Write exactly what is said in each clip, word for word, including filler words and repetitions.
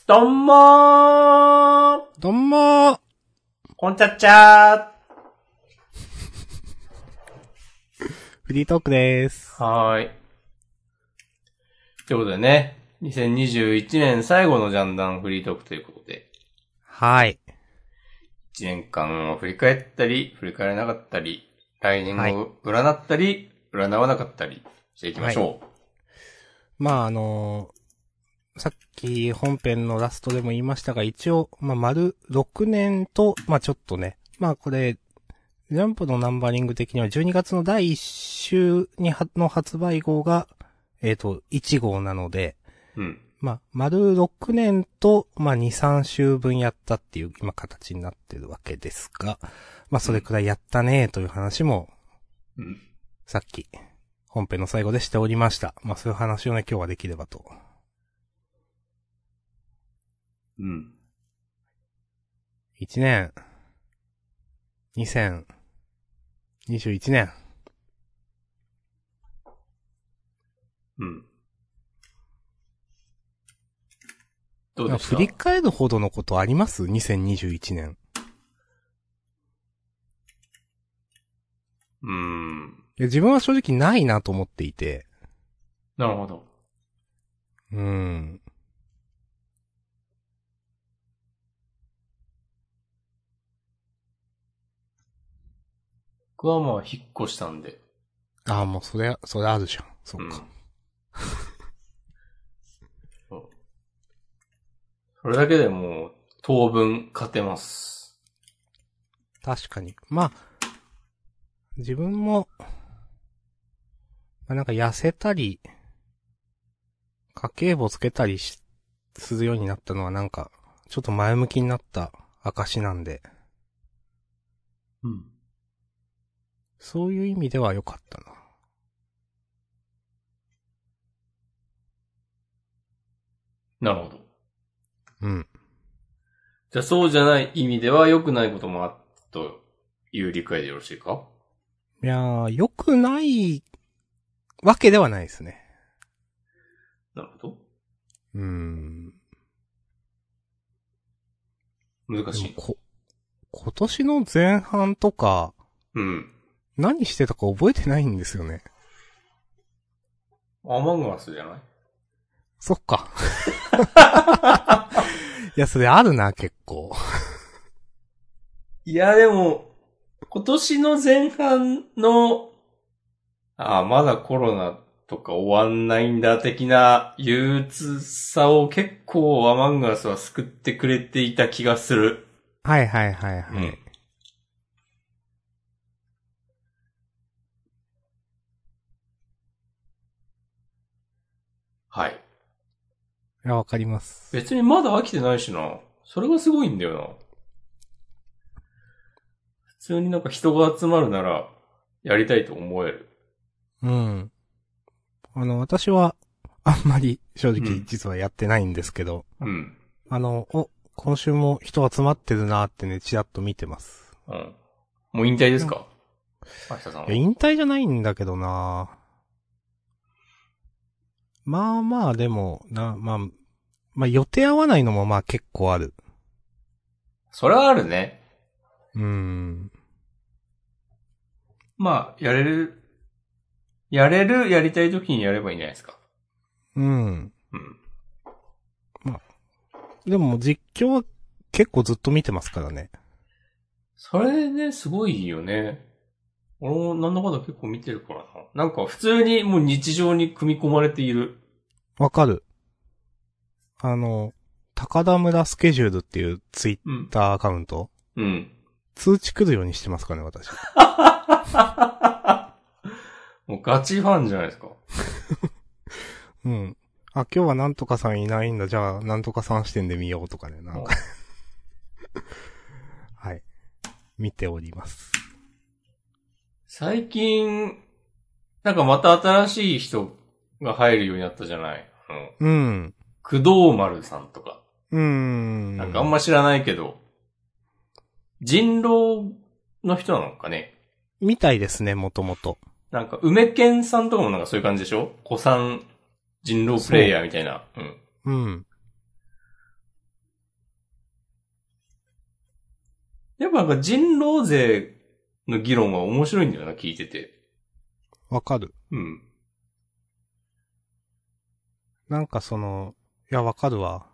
どんもーどんもーこんちゃっちゃーフリートークでーす。 ーはーい。ということでね、にせんにじゅういちねん最後のジャンダンフリートークということで、 はい。 いちねんかんを振り返ったり、振り返らなかったり、来年を占ったり、はい、占わなかったりしていきましょう。はい、 まああのー、さっき本編のラストでも言いましたが、一応、まあ丸ろくねんと、まあちょっとね、まあこれ、ジャンプのナンバリング的にはじゅうにがつのだいいっ週にはの発売号が、えっと、いち号なので、 うん。 まあ、丸ろくねんと、まあに、さん週分やったっていう、今形になってるわけですが、まあそれくらいやったねという話も、 うん。 さっき、本編の最後でしておりました。まあそういう話をね、今日はできればと。 うん。 いちねん、にせんにじゅういちねん。 うん。どうでした？ 振り返るほどのことあります ?にせんにじゅういちねん。 うーん。 いや自分は正直ないなと思っていて。 なるほど。 うーん。 僕はまあ引っ越したんで。 ああ、もうそれ、それあるじゃん。そっか。うんそれだけでもう、当分勝てます。 確かに。まあ、自分も、まあ、なんか痩せたり、家計簿つけたりし、するようになったのはなんか、ちょっと前向きになった証なんで。 うん。 そういう意味では良かったな。 なるほど。 うん。 じゃあそうじゃない意味では良くないこともあったという理解でよろしいか？ いやー、良くないわけではないですね。 なるほど。 うーん。 難しい。 こ、今年の前半とか、 うん。 何してたか覚えてないんですよね。 アマンガスじゃない？ そっか。いや、それあるな、結構。 いや、でも、今年の前半の、ああ、まだコロナとか終わんないんだ的な憂鬱さを結構アマンガスは救ってくれていた気がする。 はいはいはいはい。うん、 はい。 いや、わかります。 別にまだ飽きてないしな。それがすごいんだよな。普通になんか人が集まるなら、やりたいと思える。 うん。あの、私は、あんまり正直実はやってないんですけど。 うん。 あの、お、今週も人集まってるなーってね、ちらっと見てます。 うん。もう引退ですか？明日さんは。 いや、引退じゃないんだけどなまあまあ、でも、な、まあ、まあ予定合わないのもまあ結構ある。 それはあるね。 うーん。 まあ、やれる、やれる、やりたい時にやればいいんじゃないですか。 うん。 うん。 まあ、でも実況は結構ずっと見てますからね。 それね、すごいよね。俺もなんだかんだ結構見てるからな。なんか普通にもう日常に組み込まれている。 わかる。あの、高田村スケジュールっていうツイッターアカウント。 うん。うん、 通知来るようにしてますかね、私。 もうガチファンじゃないですか。 うん。あ、今日はなんとかさんいないんだ。じゃあ、なんとかさん視点で見ようとかね、なんかはい。見ております。 最近、なんかまた新しい人が入るようになったじゃない。 うん。 工藤丸さんとか。 うーん。 なんかあんま知らないけど、人狼の人なのかね。 みたいですね、もともと。 なんか、梅健さんとかもなんかそういう感じでしょ？古参人狼プレイヤーみたいな。うん。 うん。 やっぱなんか人狼税の議論は面白いんだよな、聞いてて。 わかる。 うん。 なんかその、いや、わかるわ。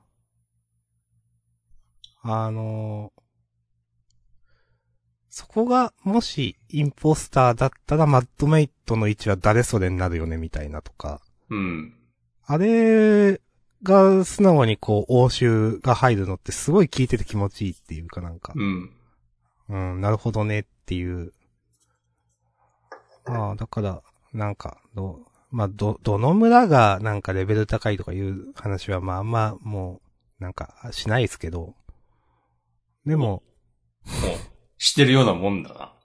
あのー、そこが、もし、インポスターだったら、マッドメイトの位置は誰それになるよね、みたいなとか。 うん。 あれが、素直にこう、応酬が入るのってすごい聞いてて気持ちいいっていうかなんか。 うん。 うん、なるほどねっていう。まあ、だから、なんか、どう、まあ、ど、どの村がなんかレベル高いとかいう話は、まあ、あんま、もう、なんか、しないですけど。でも、 もう、してるようなもんだな。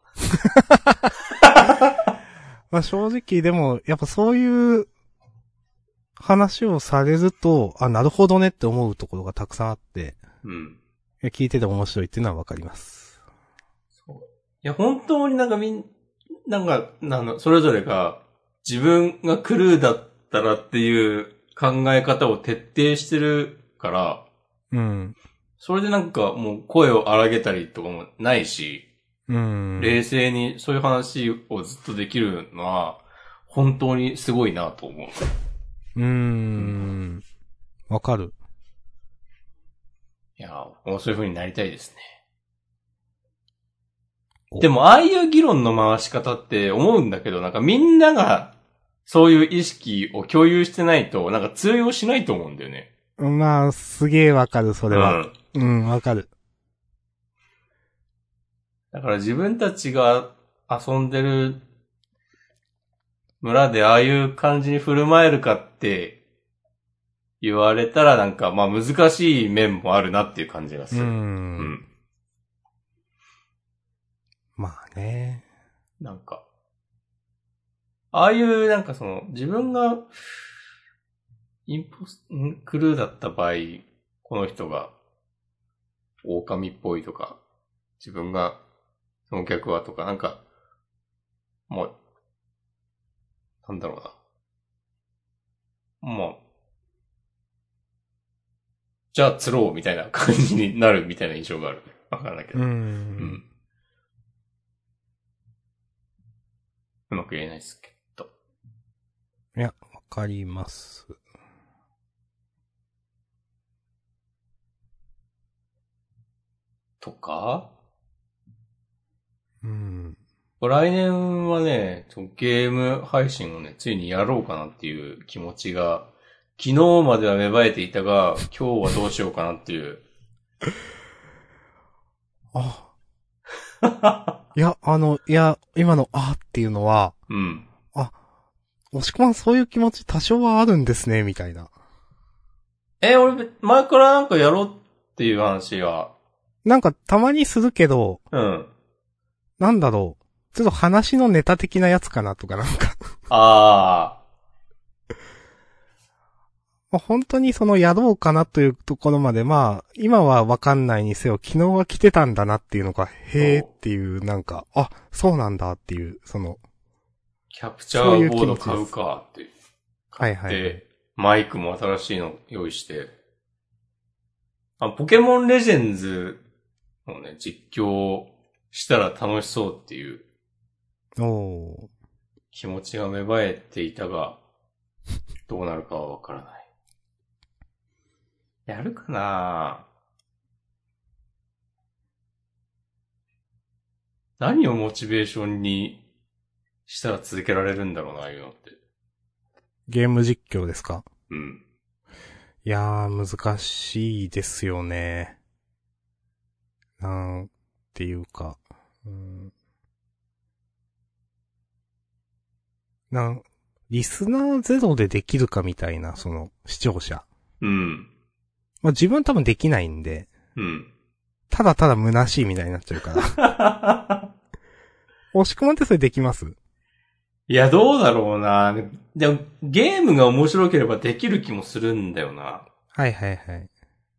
まあ正直でも、やっぱそういう話をされると、あ、なるほどねって思うところがたくさんあって、 うん。 いや聞いてて面白いっていうのはわかります。 そう。いや、本当になんかみん、なんか、なんだ、それぞれが自分がクルーだったらっていう考え方を徹底してるから、 うん。 それでなんかもう声を荒げたりとかもないし、 うん。 冷静にそういう話をずっとできるのは、本当にすごいなと思う。 うーん。わかる。 いや、もうそういう風になりたいですね。でも、ああいう議論の回し方って思うんだけど、なんかみんながそういう意識を共有してないと、なんか通用しないと思うんだよね。 まあ、すげえわかる、それは。 うん。 うん、わかる。 だから自分たちが遊んでる村でああいう感じに振る舞えるかって言われたらなんかまあ難しい面もあるなっていう感じがする。 うん。 うん。 まあね。 なんか、ああいうなんかその自分がインポス、んクルーだった場合、この人が狼っぽいとか、自分がその客はとか、なんか、もう、なんだろうな。もう、じゃあ釣ろうみたいな感じになるみたいな印象がある。わからないけど。 う。 うんん。うまく言えないですけど。 いや、わかります。 とかうん。 来年はね、ゲーム配信をね、ついにやろうかなっていう気持ちが、昨日までは芽生えていたが、今日はどうしようかなっていう。 あ。いや、あの、いや、今の、あっていうのは、 うん。 あ、押し込まんそういう気持ち多少はあるんですね、みたいな。 え、俺、前からなんかやろうっていう話は。 なんかたまにするけど、 うん。 なんだろう。ちょっと話のネタ的なやつかなとかなんかあまあ本当にそのやろうかなというところまでまあ、今はわかんないにせよ、昨日は来てたんだなっていうのが、へーっていうなんか、あ、そうなんだっていう、その、 キャプチャーボード買うかって。 はいはい。 で、マイクも新しいの用意して。あ、ポケモンレジェンズのね、実況したら楽しそうっていうおー。 気持ちが芽生えていたが、どうなるかはわからない。やるかな何をモチベーションにしたら続けられるんだろうな、ああいうのって。 ゲーム実況ですか？ うん。 いやー、難しいですよね。なんていうか、うん、なん、リスナーゼロでできるかみたいな、その、視聴者。 うん。 まあ、自分多分できないんで、 うん。 ただただ虚しいみたいになっちゃうから。押し込まんってそれできます？ いや、どうだろうな。でも、ゲームが面白ければできる気もするんだよな。 はいはいはい。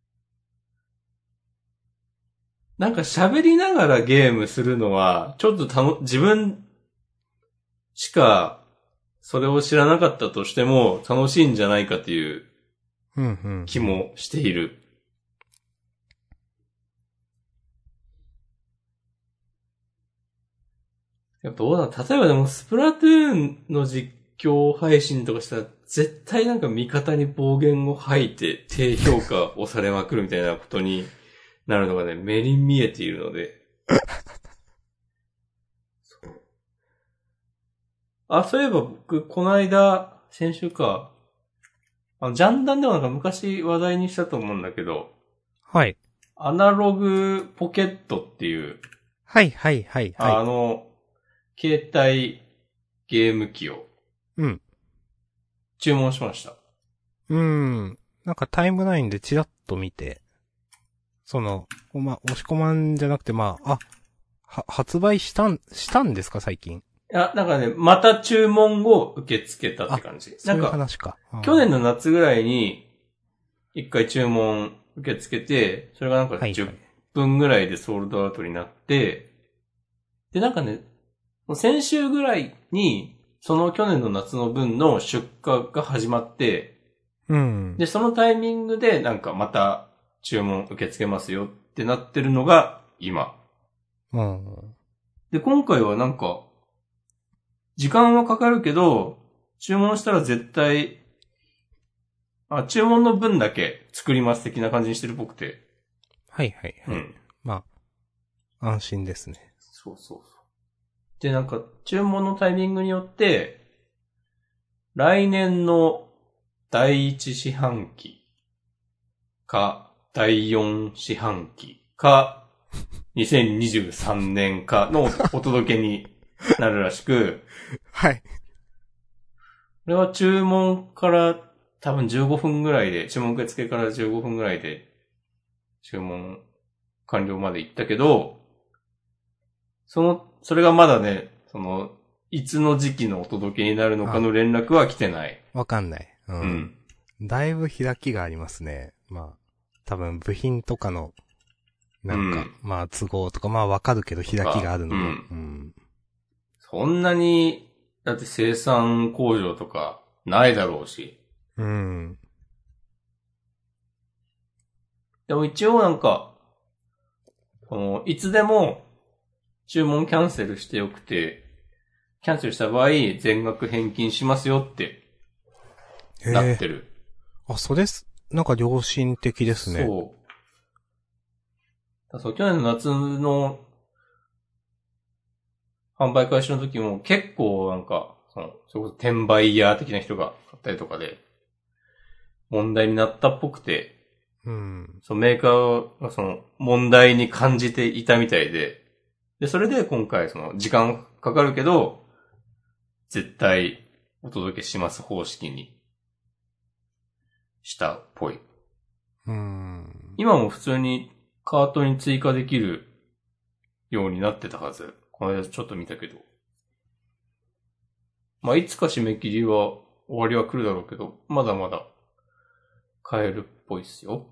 なんか喋りながらゲームするのは、ちょっとたの、自分しかそれを知らなかったとしても楽しいんじゃないかといううんうん。 気もしている。 やっぱどうだ、例えばでもスプラトゥーンの実況配信とかしたら、絶対なんか味方に暴言を吐いて低評価をされまくるみたいなことになるのがね、目に見えているので。そう。あ、そういえば僕、この間、先週か、あの、ジャンダンではなんか昔話題にしたと思うんだけど、 はい。 アナログポケットっていう、 はいはいはいはい。 あの、携帯ゲーム機を、 うん。 注文しました。 うーん。なんかタイムラインでチラッと見て、その、まあ、押し込まんじゃなくて、まあ、あ、は、発売したん、したんですか最近。 いや、なんかね、また注文を受け付けたって感じ。 そういうなんか、 話か。 去年の夏ぐらいに、一回注文受け付けて、それがなんかはいじゅっぷんぐらいでソールドアウトになって、で、なんかね、先週ぐらいに、その去年の夏の分の出荷が始まって、 うん。 で、そのタイミングでなんかまた注文受け付けますよってなってるのが今。 うん。 で、今回はなんか、時間はかかるけど、注文したら絶対、あ、注文の分だけ作ります的な感じにしてるっぽくて。 はいはいはい。 うん。 まあ、安心ですね。 そうそうそう。で、なんか、注文のタイミングによって、来年の第一四半期か、第四四半期か、にせんにじゅうさんねんかのお届けになるらしく、 はい。 これは注文から多分じゅうごふんぐらいで、注文受付からじゅうごふんぐらいで注文完了まで行ったけど、その、それがまだね、その、いつの時期のお届けになるのかの連絡は来てない。 わかんない。うん。 うん。 だいぶ開きがありますね。まあ、多分部品とかの、なんか、 うん、 まあ都合とか、まあわかるけど開きがあるのも。 うん。 うん。 そんなに、だって生産工場とかないだろうし。 うん。 でも一応なんか、この、いつでも注文キャンセルしてよくて、キャンセルした場合、全額返金しますよってなってる。 あ、それす、なんか良心的ですね。 そう。だそう、去年の夏の販売開始の時も結構なんか、その、それこそ転売ヤー的な人が買ったりとかで、問題になったっぽくて、 うん。 そのメーカーがその問題に感じていたみたいで、で、それで今回その時間かかるけど、絶対お届けします方式にしたっぽい。 うん。 今も普通にカートに追加できるようになってたはず。この間ちょっと見たけど。まあ、いつか締め切りは終わりは来るだろうけど、まだまだ買えるっぽいっすよ。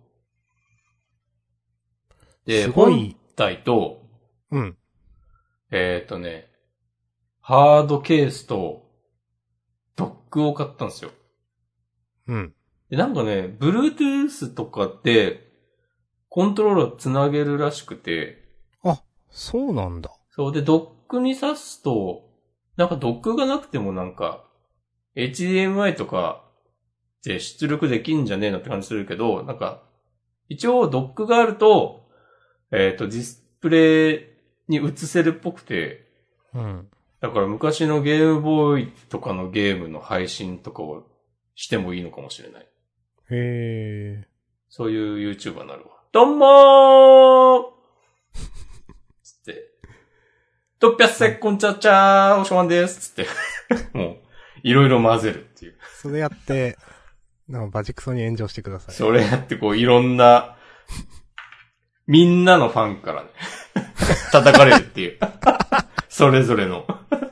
で、 すごい本体と、 うん。 えっとね、ハードケースとドックを買ったんですよ。 うん。 で、なんかね、Bluetooth とかってコントローラーつなげるらしくて。 あ、そうなんだ。 そうで、ドックに挿すと、なんかドックがなくてもなんか、エイチディーエムアイ とかで出力できんじゃねえのって感じするけど、なんか、一応ドックがあると、えっと、ディスプレイに映せるっぽくて、 うん。 だから昔のゲームボーイとかのゲームの配信とかをしてもいいのかもしれない。 へー。 そういう YouTuber になるわ。どんもーつって。とっぴゃっせっこんちゃっちゃーおしょまんですつって。もう、いろいろ混ぜるっていう。 それやって、なんかバジクソに炎上してください。 それやってこういろんな、みんなのファンからね、叩かれるっていう。それぞれの。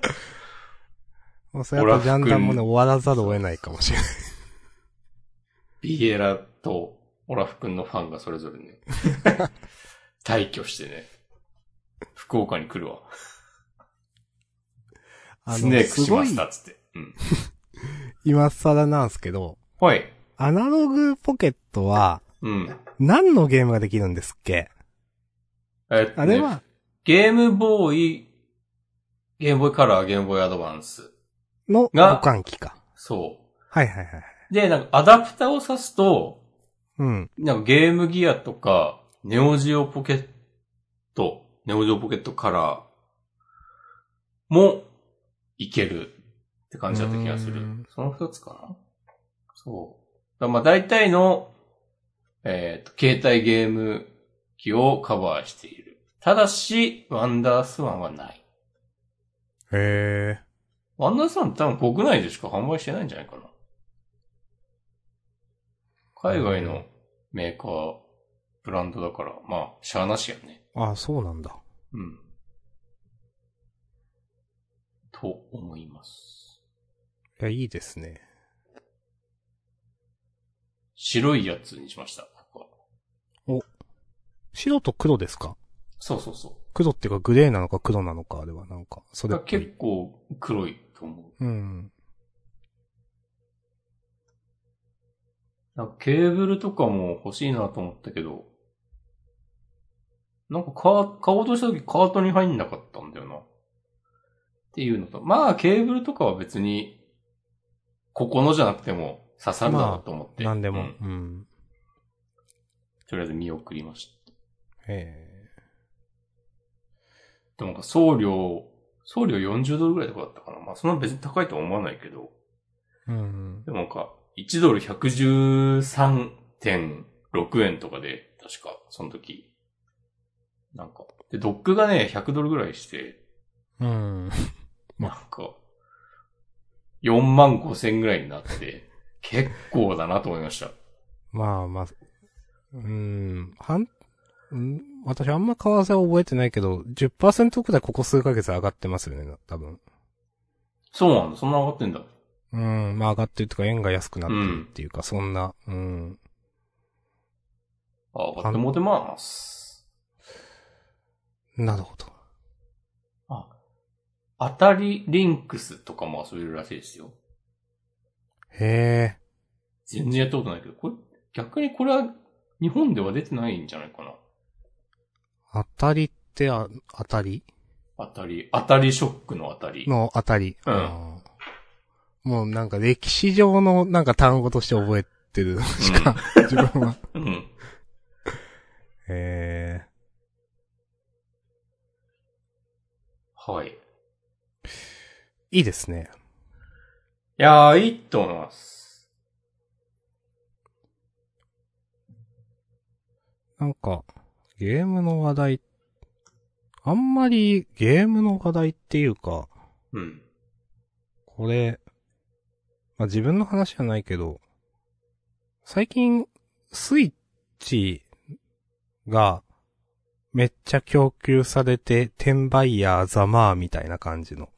もうそれやっぱジャンダンもね、終わらざるを得ないかもしれない。 ビエラとオラフ君のファンがそれぞれね、退去してね、福岡に来るわ。スネークしましたっつって。うん、 今更なんすけど、 はい。 アナログポケットは、 うん。 何のゲームができるんですっけ？ えっとね、 あれは、 ゲームボーイゲームボーイカラー、ゲームボーイアドバンス。 のが互換機か。 そはいはいはい。 う。で、なんかアダプターを挿すと、 うん。 なんかゲームギアとか、ネオジオポケット、ネオジオポケットカラーもいけるって感じだった気がする。その二つかな。そう。だまあ大体の、えっと、携帯ゲーム機をカバーしている。ただし、ワンダースワンはない。 へー。 ワンダースワンって多分国内でしか販売してないんじゃないかな。海外のメーカー、ブランドだから、まあ、しゃーなしやね。 あ、そうなんだ。 うん。と思います。 いや、いいですね。 白いやつにしました。ここはお。白と黒ですか？ そうそうそう。 黒っていうかグレーなのか黒なのかではなんか、それっぽい。 結構黒いと思う。 うん。 なんかケーブルとかも欲しいなと思ったけど、なんか買買おうとした時カートに入んなかったんだよな。っていうのと、まあケーブルとかは別に、ここのじゃなくても刺さるだろうと思って。 まあ、なんでも、 うん。 うん。 とりあえず見送りました。 へえ。 でもなんか送料、送料よんじゅうドルぐらいとかだったかな。まあそんな別に高いとは思わないけど。 うん。 でもなんか、いちドルひゃくじゅうさんてんろくえんとかで、確か、その時。なんか。で、ドックがね、ひゃくドルぐらいして、 うん。 なんか、よんまんごせんぐらいになって、結構だなと思いました。 まあまあ、うん、はん、ん私あんま為替は覚えてないけど、じゅっパーセントくらいここ数ヶ月上がってますよね、多分。 そうなんだ、そんな上がってんだ。 うん、まあ上がってるとか円が安くなってるっていうか、うん、そんな、うん。 あ、上がってもてます。 なるほど。 あ、当たりリンクスとかも遊べるらしいですよ。 へえ。 全然やったことないけど、これ、逆にこれは日本では出てないんじゃないかな。 当たりってあ、当たり当たり、当たりショックの当たり。 の当たり。 うん。 もうなんか歴史上のなんか単語として覚えてるしか、うん、自分は。 うん。 へえ。 はい。 いいですね。 いやー、いいと思います。 なんか、ゲームの話題、あんまりゲームの話題っていうか、 うん。 これ、まあ、自分の話じゃないけど、最近、スイッチがめっちゃ供給されて、転売ヤーざまあみたいな感じの。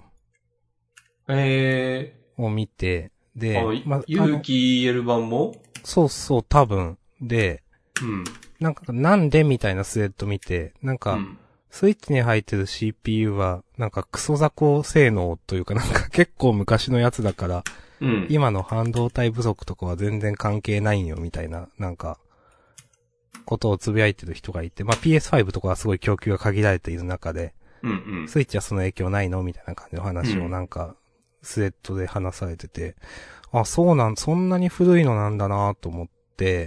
えー。を見て、で、 あ、ま、有機 イーエル 版もそうそう、多分。で、 うん。 なんか、なんでみたいなスレッド見て、なんか、うん、スイッチに入ってる シーピーユー は、なんかクソ雑魚性能というかなんか結構昔のやつだから、 うん、 今の半導体不足とかは全然関係ないんよみたいな、なんか、ことをつぶやいてる人がいて、まあ ピーエスファイブ とかはすごい供給が限られている中で、 うんうん、 スイッチはその影響ないのみたいな感じの話をなんか、スレッドで話されてて、うん、あ、そうなん、そんなに古いのなんだなと思って、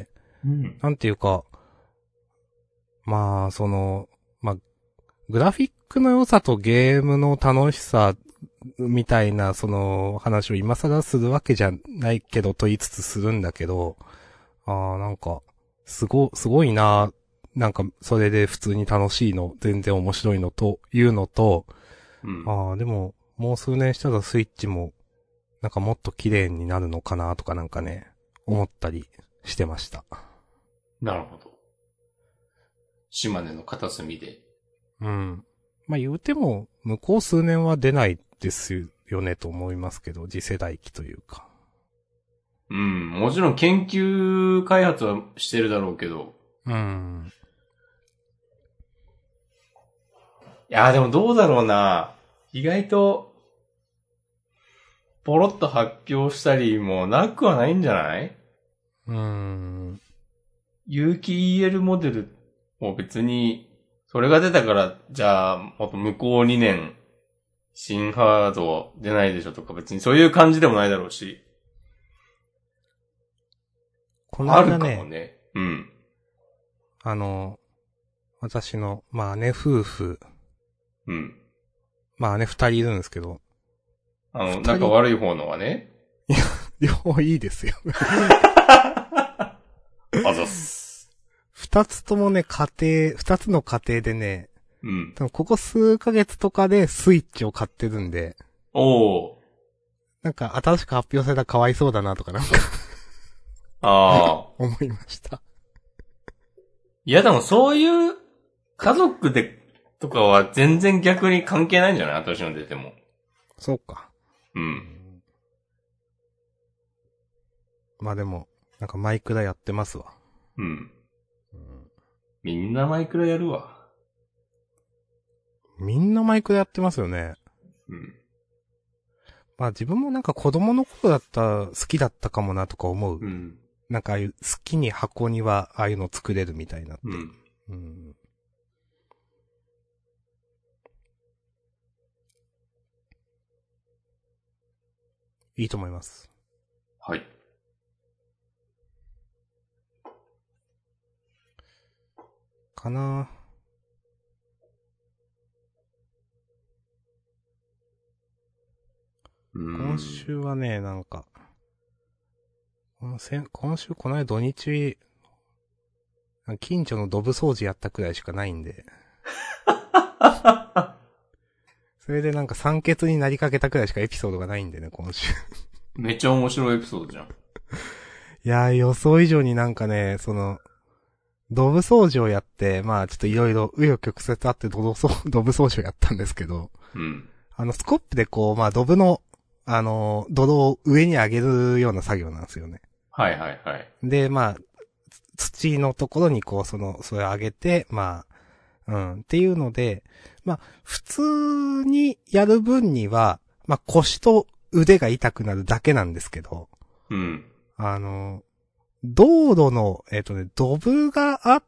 うん、 なんていうか、まあ、その、まあ、グラフィックの良さとゲームの楽しさみたいな、その話を今更するわけじゃないけどと言いつつするんだけど、ああ、なんか、すご、すごいな、なんか、それで普通に楽しいの、全然面白いのというのと、 うん、 ああ、でも、もう数年したらスイッチも、なんかもっと綺麗になるのかなとかなんかね、思ったりしてました。 なるほど。島根の片隅で。 うん。まあ言うても、向こう数年は出ないですよねと思いますけど、次世代機というか。 うん、もちろん研究開発はしてるだろうけど。 うん。 いやーでもどうだろうな。意外と、ポロッと発表したりもなくはないんじゃない？ うーん。 有機 イーエル モデルも別に、それが出たから、じゃあ、もっと向こうにねん新ハード出ないでしょとか別にそういう感じでもないだろうし。 この間ね、 あるかもね。うん。 あの、私の、まあ姉夫婦。 うん。 まあ姉二人いるんですけど。 あの、仲悪い方のはね。 いや、両方いいですよ。 あざっす。 二つともね、家庭、二つの家庭でね、 うん。 多分ここ数ヶ月とかでスイッチを買ってるんで、 おー。 なんか新しく発表されたらかわいそうだなとかなんかああ。 思いました。 いやでもそういう家族でとかは全然逆に関係ないんじゃない？私の出ても。 そうか。 うん。 まあでも、なんかマイクラやってますわ。 うん。みんなマイクラやるわ。 みんなマイクラやってますよね。 うん。 まあ自分もなんか子供の頃だったら好きだったかもなとか思う。 うん。 なんかああいう好きに箱にはああいうの作れるみたいなって。 うん。 うん。いいと思います。 はい。 かな今週はね、なんか、今週、この間土日、近所のドブ掃除やったくらいしかないんで。それでなんか酸欠になりかけたくらいしかエピソードがないんでね、今週。 めっちゃ面白いエピソードじゃん。 いやー、予想以上になんかね、その、ドブ掃除をやって、まあちょっといろいろ紆余曲折あってドブ掃除をやったんですけど、 うん。 あの、スコップでこう、まあドブの、あの、泥を上に上げるような作業なんですよね。 はいはいはい。 で、まあ、土のところにこう、その、それを上げて、まあ、うん、っていうので、まあ、普通にやる分には、まあ腰と腕が痛くなるだけなんですけど、 うん。 あの、道路の、えっとね、ドブがあって、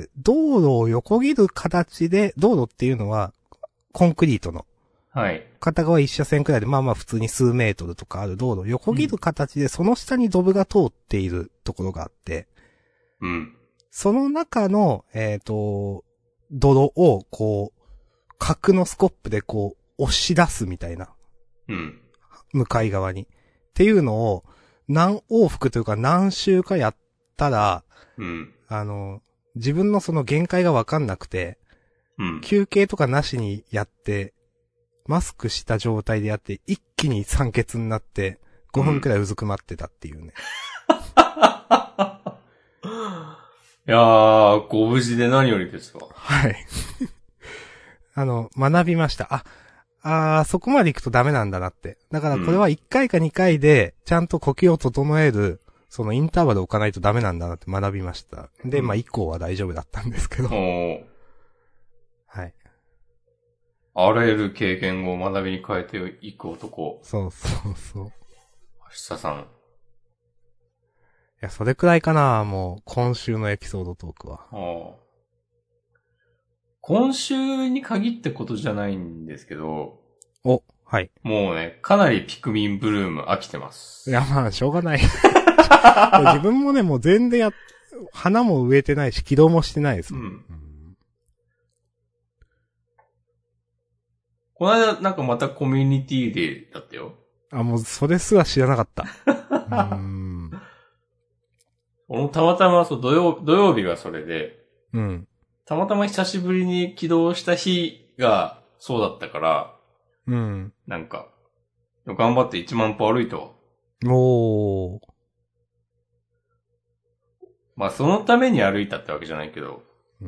道路を横切る形で、道路っていうのは、コンクリートの。 はい。 片側一車線くらいで、まあまあ普通に数メートルとかある道路を横切る形で、その下にドブが通っているところがあって、 うん。 その中の、えっと、泥を、こう、角のスコップでこう、押し出すみたいな。 うん。 向かい側に。っていうのを、何往復というか何周かやったら、 うん。 あの、自分のその限界がわかんなくて、 うん。 休憩とかなしにやって、マスクした状態でやって、一気に酸欠になって、ごふんくらいうずくまってたっていうね。 いやー、ご無事で何よりですわ。 はい。あの、学びました。あ、あー、そこまで行くとダメなんだなって。だからこれはいっかいかにかいで、ちゃんと呼吸を整える、そのインターバルを置かないとダメなんだなって学びました。で、うん、まあ以降は大丈夫だったんですけど。 おはい。 あらゆる経験を学びに変えていく男。 そうそうそう。 明日さん。いや、それくらいかな、もう、今週のエピソードトークは。 ああ。今週に限ってことじゃないんですけど。 お、はい。 もうね、かなりピクミンブルーム飽きてます。 いや、まあ、しょうがない。自分もね、もう全然や、花も植えてないし、起動もしてないです。 うん。うん、この間、なんかまたコミュニティデーだったよ。 あ、もう、それすら知らなかった。うーん。 俺もたまたま、そう、土曜、土曜日がそれで。 うん。 たまたま久しぶりに起動した日がそうだったから。 うん。 なんか、頑張っていちまん歩歩いたわ。 おー。 まあそのために歩いたってわけじゃないけど。 うん。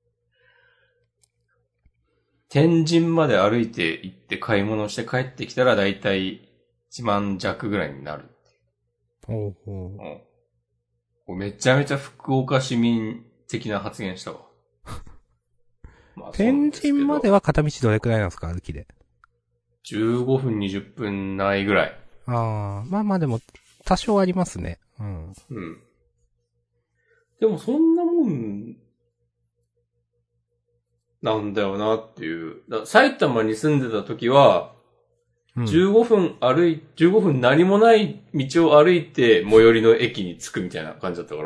天神まで歩いて行って買い物して帰ってきたらだいたいいちまん弱ぐらいになるっていう。 おうほう。 うん。めちゃめちゃ福岡市民的な発言したわ。 まあ、天神までは片道どれくらいなんですか、歩きで。 じゅうごふんにじゅっぷんないぐらい。 ああ、まあまあでも、多少ありますね。うん。 うん。でもそんなもん、 なんだよなっていう。だ埼玉に住んでた時は、 うん、 じゅうごふん歩い、じゅうごふん何もない道を歩いて最寄りの駅に着くみたいな感じだったから。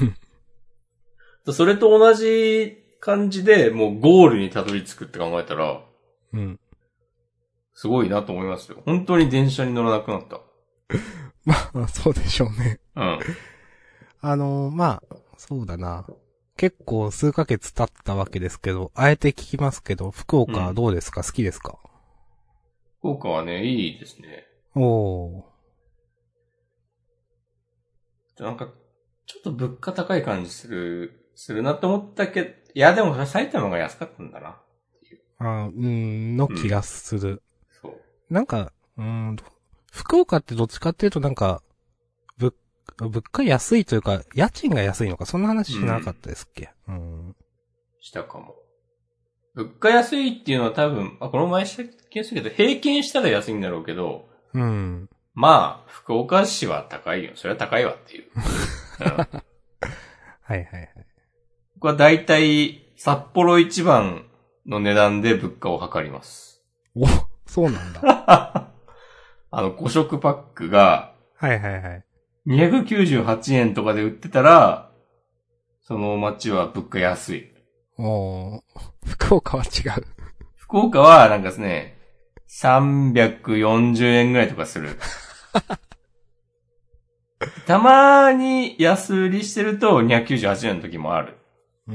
それと同じ感じでもうゴールにたどり着くって考えたら、 うん。 すごいなと思いますよ。本当に電車に乗らなくなった。 まあ、そうでしょうね。 うん。 あのー、まあ、そうだな。結構数ヶ月経ったわけですけど、あえて聞きますけど、福岡はどうですか、うん、好きですか？ 福岡はね、いいですね。 おー。 なんか、ちょっと物価高い感じする、するなって思ったけど、いやでも埼玉が安かったんだな。 あうん、の気がする。うん、 そう。 なんか、うん、福岡ってどっちかっていうとなんか、物、物価安いというか、家賃が安いのか、そんな話しなかったですっけ？うん。うん、 したかも。物価安いっていうのは多分、あ、この前した気がするけど、平均したら安いんだろうけど、 うん。 まあ、福岡市は高いよ。それは高いわっていう。うん、はいはいはい。 僕は大体、札幌一番の値段で物価を測ります。 お、そうなんだ。 あの、ご食パックが、 はいはいはい。 にひゃくきゅうじゅうはちえんとかで売ってたら、その街は物価安い。 おー、福岡は違う。 福岡はなんかですね、さんびゃくよんじゅうえんぐらいとかする。たまに安売りしてるとにひゃくきゅうじゅうはちえんの時もある。 うん。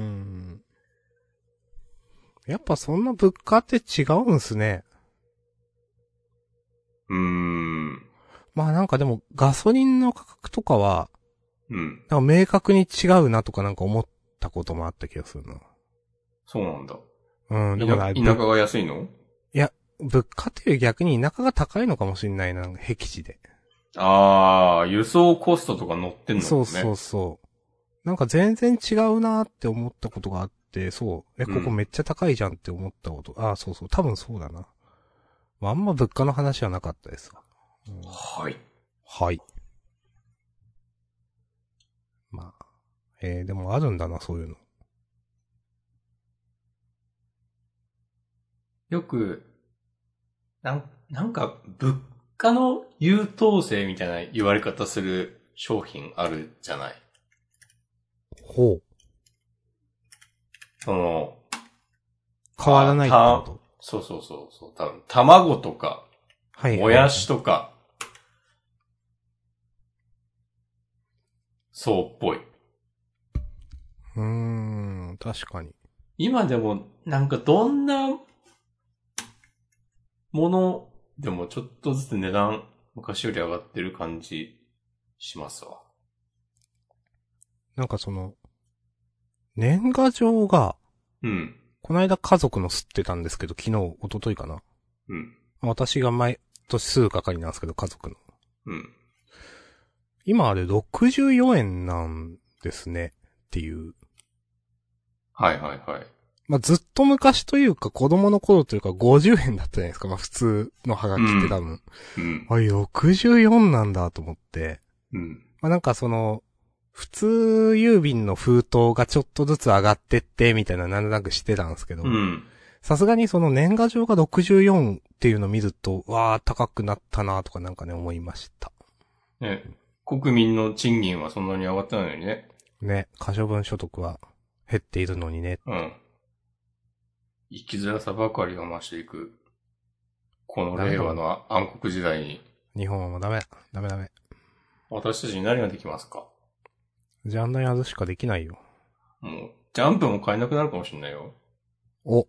やっぱそんな物価って違うんすね。 うーん。 まあなんかでもガソリンの価格とかは、 うん。 なんか明確に違うなとかなんか思ったこともあった気がするな。 そうなんだ。 うん、でもな、 田舎が安いの？ いや、物価っていうより逆に田舎が高いのかもしれないな、なんか僻地で。 あー、輸送コストとか乗ってんのかね。 そうそうそう。なんか全然違うなって思ったことがあって、そう。え、ここめっちゃ高いじゃんって思ったこと。うん、ああ、そうそう。多分そうだな。まあ、あんま物価の話はなかったですわ。うん、 はい。 はい。まあ。えー、でもあるんだな、そういうの。 よく、なん、なんか、物価の優等生みたいな言われ方する商品あるじゃない。 ほう。 その、 変わらないってこと？ そうそうそうそう。多分、卵とか、 はいはいはい、 もやしとか、そうっぽい。 うーん、確かに。 今でも、なんかどんなものでもちょっとずつ値段、昔より上がってる感じしますわ。 なんかその、年賀状が、 うん。 この間家族の吸ってたんですけど、昨日、一昨日かな。 うん。 私が毎年吸う係なんですけど、家族の。 うん。 今あれろくじゅうよえんなんですね。っていう。 はいはいはい。 まあ、ずっと昔というか子供の頃というかごじゅうえんだったじゃないですか。まあ、普通のハガキって多分。 うん。 あ、ろくじゅうよんなんだと思って。 うん。 まあ、なんかその、普通郵便の封筒がちょっとずつ上がってって、みたいななんとなくしてたんですけど。 うん。 さすがにその年賀状がろくじゅうよんっていうのを見ると、わー高くなったなとかなんかね思いました。 ね。国民の賃金はそんなに上がってないのにね。 ね、可処分所得は減っているのにね。 うん。生きづらさばかりが増していく。この令和の暗黒時代に。 日本はもうダメ。ダメダメ。 私たちに何ができますか？ ジャンダンやるしかできないよ。 もう、ジャンプも買えなくなるかもしれないよ。 お。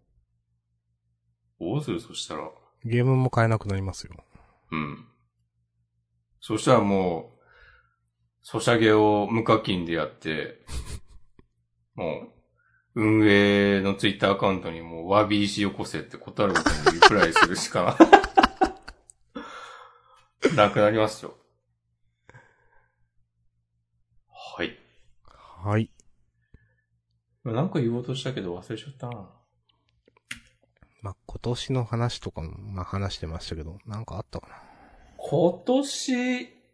どうする？そしたら。 ゲームも買えなくなりますよ。 うん。そしたらもう、ソシャゲを無課金でやって、もう、運営のツイッターアカウントにもう、わび石よこせって断ることにリプライするしかなくなりますよ。はい。 はい。 なんか言おうとしたけど忘れちゃったな。 まあ、今年の話とかも、まあ話してましたけど、なんかあったかな。 今年、今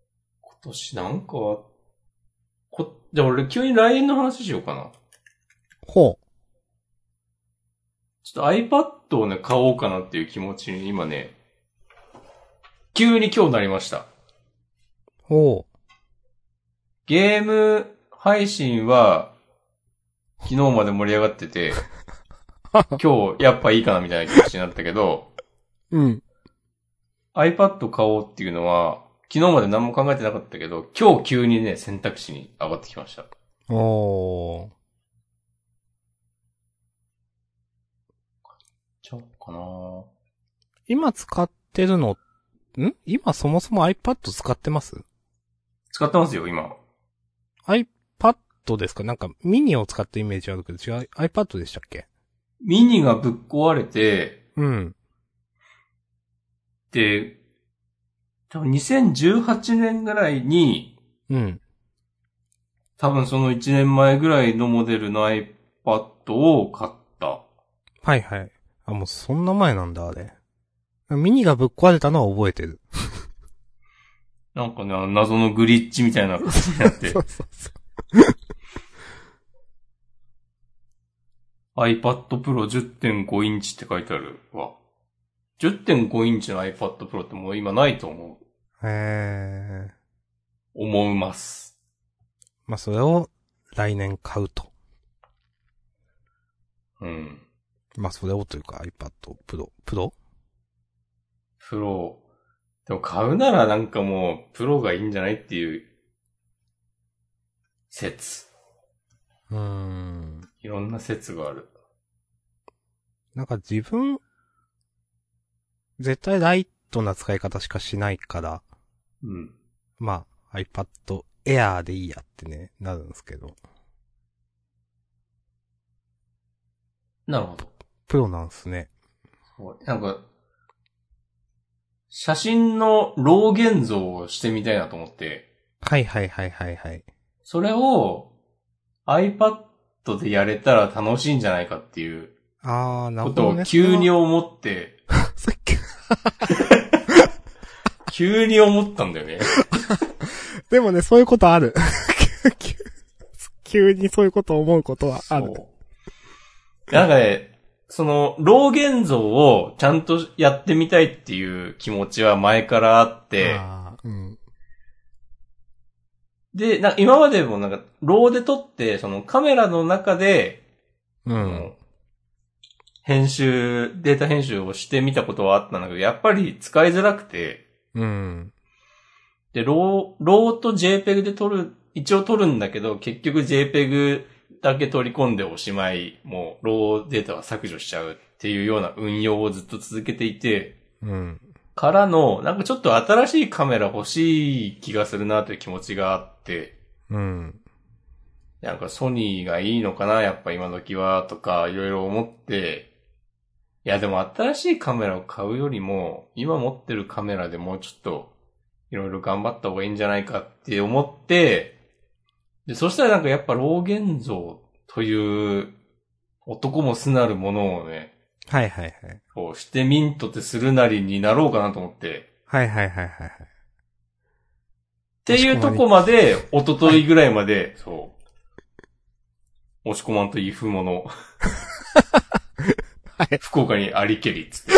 年なんか、こ、じゃあ俺急に来年の話しようかな。 ほう。 ちょっと iPad をね、買おうかなっていう気持ちに今ね、急に今日なりました。 ほう。 ゲーム配信は、昨日まで盛り上がってて、今日やっぱいいかなみたいな気持ちになったけど、 うん。 iPad 買おうっていうのは、昨日まで何も考えてなかったけど、今日急にね、選択肢に上がってきました。 おー。 ちゃおうかな。 今使ってるの、ん今そもそも iPad 使ってます？ 使ってますよ、今。 iPad ですか？なんかミニを使ったイメージあるけど違う iPad でしたっけ？ ミニがぶっ壊れて、 うん。 で、多分にせんじゅうはちねんぐらいに、 うん。 多分そのいちねんまえぐらいのモデルの iPad を買った。 はいはい。あ、もうそんな前なんだ、あれ。ミニがぶっ壊れたのは覚えてる。 なんかね、あの謎のグリッチみたいな感じになって。 そうそうそう。 iPad Pro じゅってんご インチって書いてあるわ。じゅってんご インチの iPad Pro ってもう今ないと思う。 へー。 思います。 まあ、それを来年買うと。 うん。 まあ、それをというか iPad Pro。Pro？ プロ。でも買うならなんかもう、プロがいいんじゃないっていう、説。 うーん。 いろんな説がある。 なんか自分、絶対ライトな使い方しかしないから、 うん。 まあ、iPad Air でいいやってね、なるんですけど。 なるほど。 プロなんすね。 なんか、写真の老現像をしてみたいなと思って、 はいはいはいはいはい。 それを iPad でやれたら楽しいんじゃないかっていうあー、なることをほどね。 急に思って、 さっき急に思ったんだよね。 でもね、そういうことある。急にそういうことを思うことはある。 そう。なんかね、その、老現像をちゃんとやってみたいっていう気持ちは前からあって、 あー、うん。 で、な今までもなんか、ローで撮って、そのカメラの中で、 うん。 編集、データ編集をしてみたことはあったんだけど、やっぱり使いづらくて、 うん。 で、ロー、ローと JPEG で撮る、一応撮るんだけど、結局 JPEG だけ取り込んでおしまい、もう、ローデータは削除しちゃうっていうような運用をずっと続けていて、 うん。 からの、なんかちょっと新しいカメラ欲しい気がするなという気持ちがあって、 うん。 なんかソニーがいいのかな、やっぱ今時は、とかいろいろ思って、いやでも新しいカメラを買うよりも、今持ってるカメラでもうちょっと、いろいろ頑張った方がいいんじゃないかって思って、で、そしたらなんかやっぱ老現像という男もすなるものをね、 はいはいはい。 こうしてミントってするなりになろうかなと思って、 はいはいはいはいはい。 っていうとこまで、一昨日ぐらいまで、そう。押し込まんという風もの。 はい。 福岡にありけりっつって。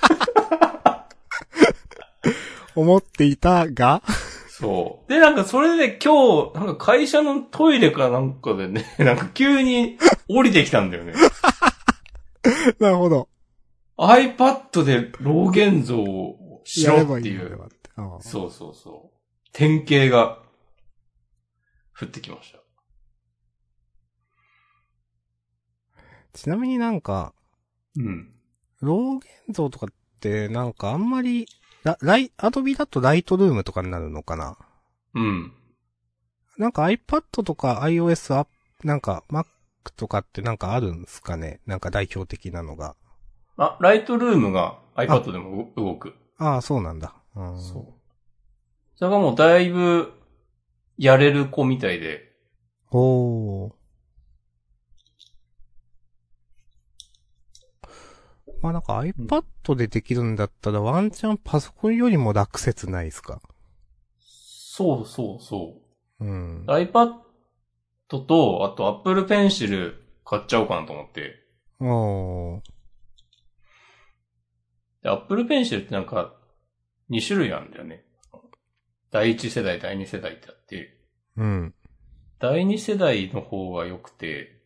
思っていたがそう。で、なんかそれで今日、なんか会社のトイレかなんかでね、なんか急に降りてきたんだよね。 なるほど。 iPad で老現像をしろっていう。 やればいいのではって。ああそうそうそう。典型が降ってきました。 ちなみになんか、 うん。 老現像とかってなんかあんまり、ラ、ライ、アドビだとライトルームとかになるのかな？ うん。 なんか iPad とか iOS アなんか Mac とかってなんかあるんですかね？なんか代表的なのが。 あ、ライトルームが iPad でも動く。 ああ、そうなんだ。うん、 そう。それがもうだいぶやれる子みたいで。 おー。まあなんか iPad でできるんだったらワンチャンパソコンよりも楽説ないですか？ そうそうそう。 うん。 iPad と、あと Apple Pencil 買っちゃおうかなと思って。 おー。 で、Apple Pencil ってなんか、に種類あるんだよね。第一世代、第二世代ってあって。 うん。 第二世代の方が良くて、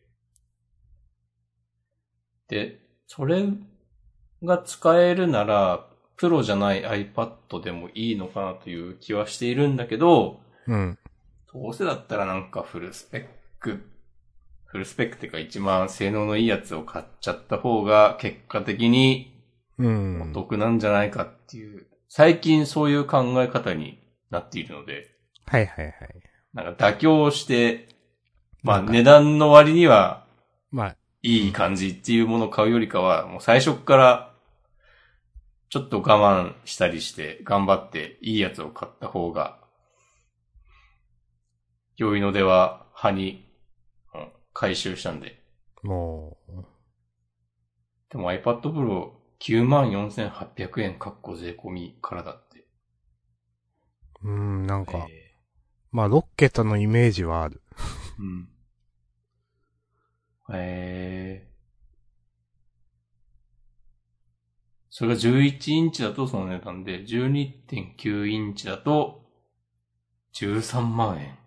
で、それが使えるなら、プロじゃない iPad でもいいのかなという気はしているんだけど、 うん。 どうせだったらなんかフルスペック、フルスペックっていうか一番性能のいいやつを買っちゃった方が結果的にうおん。 得なんじゃないかっていう、最近そういう考え方になっているので、 はいはいはい。 なんか妥協して、まあなんか値段の割にはまあ、 いい感じっていうものを買うよりかは、もう最初からちょっと我慢したりして頑張っていいやつを買った方が良いのでは派に、うん、回収したんで。 もでも iPad Proきゅうまんよんせんはっぴゃくえんかっこ税込みからだって。 う、うん、なんか、 えまあ、ろっけたのイメージはある。 ー、うん。えー。それがじゅういちインチだとその値段で、じゅうにてんきゅうインチだとじゅうさんまんえん。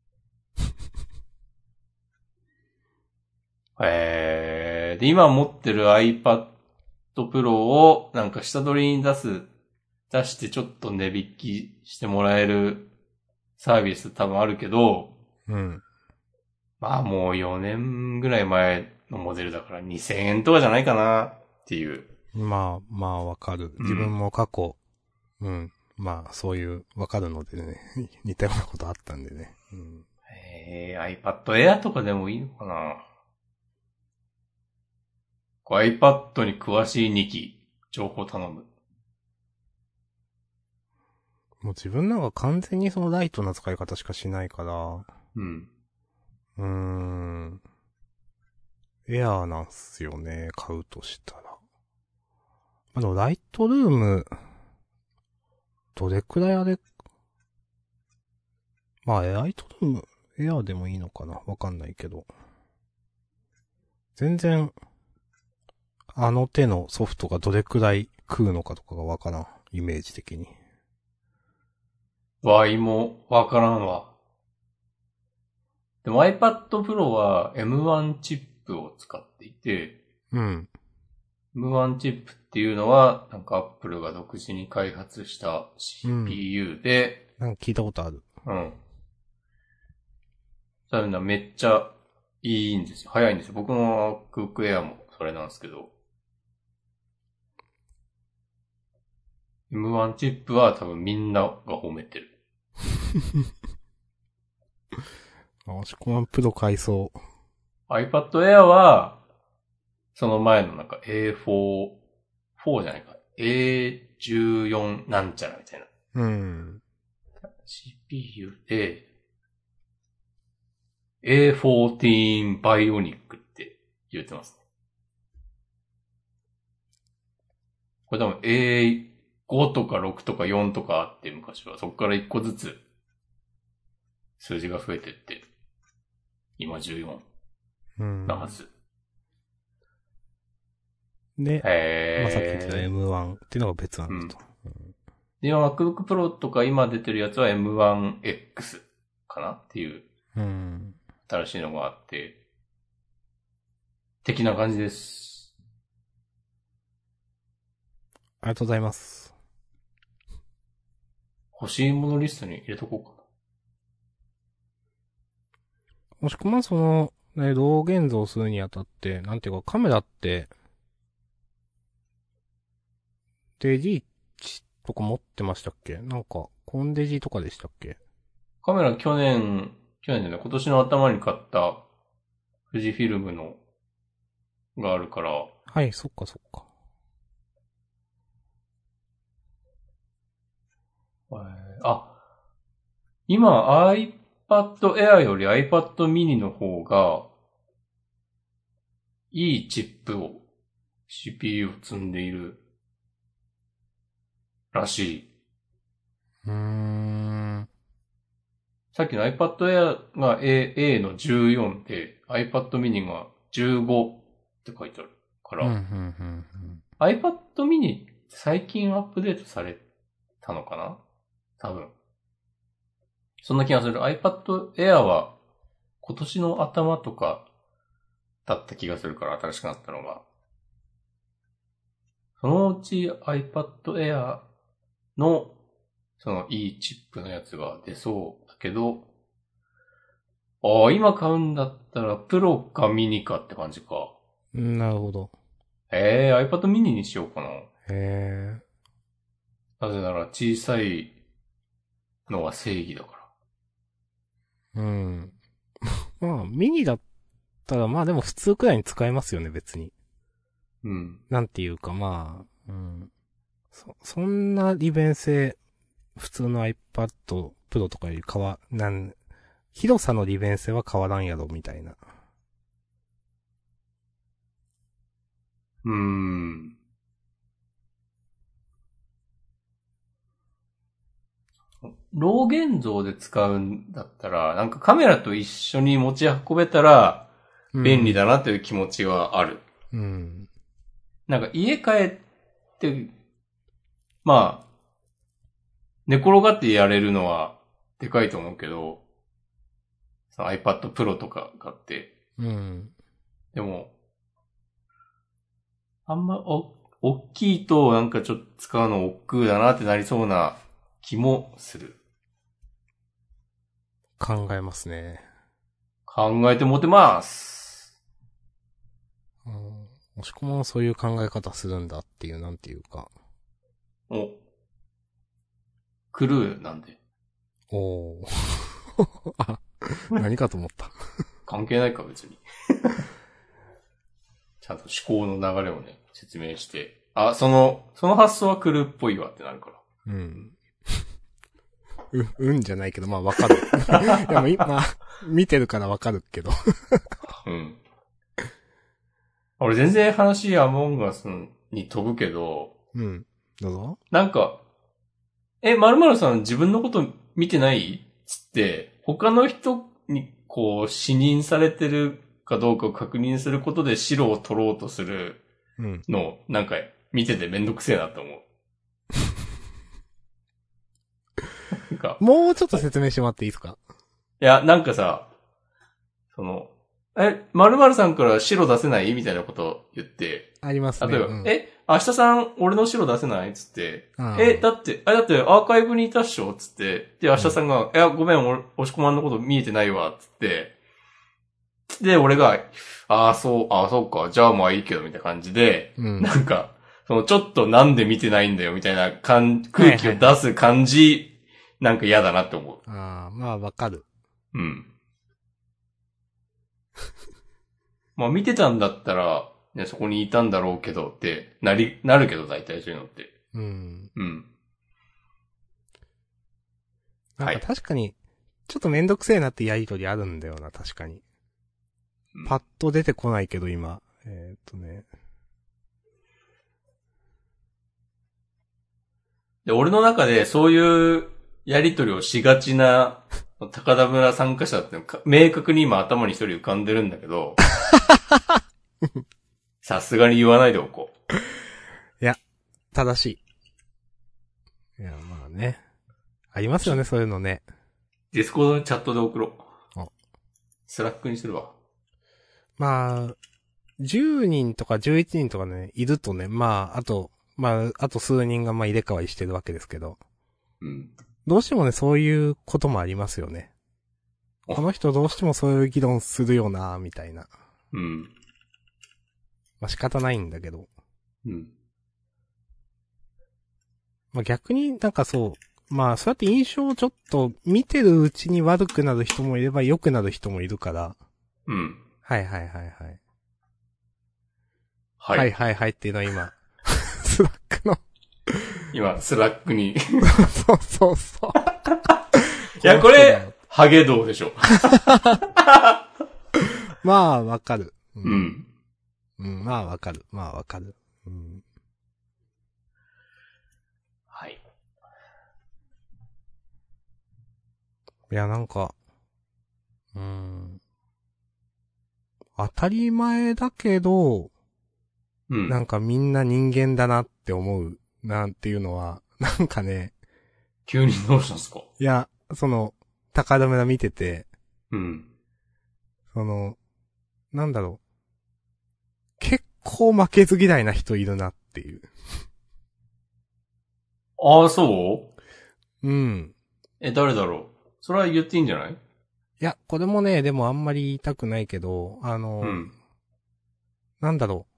えー。で、今持ってる iPad Pro をなんか下取りに出す、出してちょっと値引きしてもらえるサービス多分あるけど、 うん。 まあもうよねんぐらい前のモデルだからにせんえんとかじゃないかなっていう。 まあ、まあ、わかる。自分うん。 も過去、うん。まあ、そういう、わかるのでね。似たようなことあったんでね。うん。 えー、iPad Air とかでもいいのかな。こう iPad に詳しいにき、情報頼む。 もう自分なんか完全にそのライトな使い方しかしないから、 うん。 うーん。エアーなんすよね、買うとしたら。あの、ライトルーム、どれくらいあれ、まあ、ライトルーム、エアーでもいいのかなわかんないけど。全然、あの手のソフトがどれくらい食うのかとかがわからん。イメージ的に。 Y もわからんわ。でも iPad Pro は エムワン チップを使っていて、 うん。 エムワン チップっていうのは、なんか Apple が独自に開発したうん。 シーピーユー で、 なんか聞いたことある。 うん。そういうのはめっちゃいいんですよ。早いんですよ。僕の MacBook Air もそれなんですけど。エムワン チップは多分みんなが褒めてる。 あ、しこまんプロ買いそ iPad Air は、その前のなんか エーフォー、フォーじゃないか。エーじゅうよん なんちゃらみたいな。 う。うん。 シーピーユー で、エーフォーティーン Bionic って言ってますね。これ多分 エーファイブ とかろくとかよんとかあって昔はそこからいっこずつ数字が増えてって、今じゅうよんうん。 なはず。 で、まあ、さっき言ってたへー。 エムワン っていうのが別なんだと。 うん。で、今 MacBook Pro とか今出てるやつは エムワンエックス かなっていううん。 新しいのがあって、的な感じです。 ありがとうございます。 欲しいものリストに入れとこうかもしくはその、ね、動現像するにあたって、なんていうかカメラって、デジイチとか持ってましたっけなんか、コンデジとかでしたっけ？ カメラ去年、去年じゃない、今年の頭に買った富士フィルムのがあるから、 はい、そっかそっか。 えーあ、今 iPad Air より iPad mini の方がいいチップを シーピーユー を積んでいるらしい。 うーん。 さっきの iPad Air が A, A のじゅうよんで iPad mini がじゅうごって書いてあるから、 うん、うん、うん。 iPad mini 最近アップデートされたのかな多分。そんな気がする。iPad Air は今年の頭とかだった気がするから、新しくなったのが。そのうち iPad Air のそのいいチップのやつが出そうだけど、ああ、今買うんだったらプロかミニかって感じか。 うん、なるほど。 ええー、iPad mini にしようかな。 へえ。 なぜなら小さいのは正義だかうん。まあ、ミニだったら、まあでも普通くらいに使えますよね、別に。 ら。うん。 なんていうか、まあ、うん。そ、そんな利便性、普通の iPad Pro とかより変わ、なん、広さの利便性は変わらんやろ、みたいな。 うーん。老現像で使うんだったら、なんかカメラと一緒に持ち運べたら便利だなという気持ちはある。 うん。 なんか家帰って、まあ、寝転がってやれるのはでかいと思うけど、その iPad Pro とか買って。 うん。 でも、あんま、お、大きいとなんかちょっと使うの億劫だなってなりそうな気もする。 考えますね。 考えて持てます。 うん。もしこもそういう考え方するんだっていう、なんていうか。 お、クルーなんで。 おー。あ、何かと思った。 関係ないか別に。ちゃんと思考の流れをね、説明して。あ、その、その発想はクルーっぽいわってなるから。 うん。う、うんじゃないけど、まあわかる。でも今、見てるからわかるけど。 うん。俺全然話アモンガスに飛ぶけど、 うん。どうぞ。 なんか、え、〇〇さん自分のこと見てないつって、他の人にこう、視認されてるかどうかを確認することで白を取ろうとするうん。 の、なんか見ててめんどくせえなと思う。なんか、 もうちょっと説明してもらっていいですか？ いや、なんかさ、その、え、〇〇さんから白出せないみたいなことを言って、 ありますね。 例えば、 うん、 え、明日さん、俺の白出せないつって、 あえ、だって、あ、だってアーカイブにいたっしょつって、で、明日さんが、いや、ごめん、俺、押し込まんのこと見えてないわ、つって、で、俺が、ああ、そう、ああ、そうか、じゃあまあいいけど、みたいな感じで、 うん。 なんか、その、ちょっとなんで見てないんだよ、みたいな感空気を出す感じ、なんか嫌だなって思う。 ああ、まあわかる。 うん。まあ見てたんだったら、ね、そこにいたんだろうけどって、なり、なるけど大体そういうのって。 うん。 うん。 なんかはい。 確かに、ちょっとめんどくせえなってやりとりあるんだよな、確かに。 うんパッと出てこないけど今。えー、っとね。 で、俺の中でそういうやりとりをしがちな高田村参加者ってか明確に今頭に一人浮かんでるんだけど、さすがに言わないでおこう。 いや、正しい。いや、まあね。ありますよね、そういうのね。 ディスコードにチャットで送ろう。 あスラックにするわ。 まあ、じゅうにんとかじゅういちにんとかね、いるとね、まあ、あと、まあ、あと数人がまあ入れ替わりしてるわけですけど。 うん。 どうしてもね、そういうこともありますよね。この人どうしてもそういう議論するよな、みたいな。 うん。 まあ仕方ないんだけど。 うん。 まあ逆になんかそう、まあそうやって印象をちょっと見てるうちに悪くなる人もいれば良くなる人もいるから。 うん。 はいはいはいはい。 はい。 はいはいはいっていうのは今、スラックの今、スラックに。いそうそうそう。 や、これ、ハゲ道でしょ。 まあわかる。 うん。 うん、まあわかる。まあわかる。うん。 はい。 いやなんか、うーん。 当たり前だけど、 うん。 なんかみんな人間だなって思う、なんていうのは、なんかね、 急にどうしたんすか？ いや、その、高田村見てて、 うん。 その、なんだろう。結構負けず嫌いな人いるなっていう。 ああ、そううん。 え、誰だろう？それは言っていいんじゃない？ いや、これもね、でもあんまり言いたくないけど、あの、 うん。 なんだろう。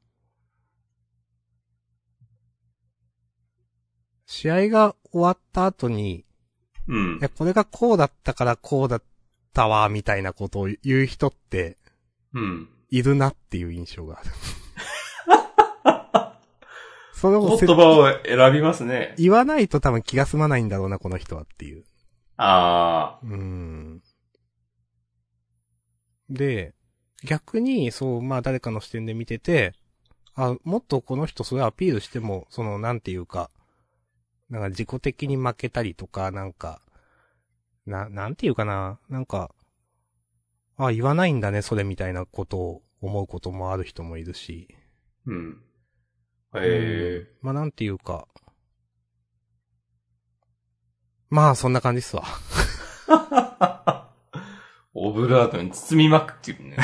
試合が終わった後に、 うん。 いや、これがこうだったからこうだったわ、みたいなことを言う人って、 うん。 いるなっていう印象がある。それを言せ葉を選びますね。 言わないと多分気が済まないんだろうな、この人はっていう。 ああ。 うーん。で、逆に、そう、まあ誰かの視点で見てて、あ、もっとこの人それアピールしても、その、なんていうか、なんか自己的に負けたりとか、なんか、な、なんていうかな、なんか、あ、言わないんだね、それみたいなことを思うこともある人もいるし。 うん。 うへえ。 ん。まあなんていうか、まあそんな感じっすわ。 オブラートに包みまくってるね。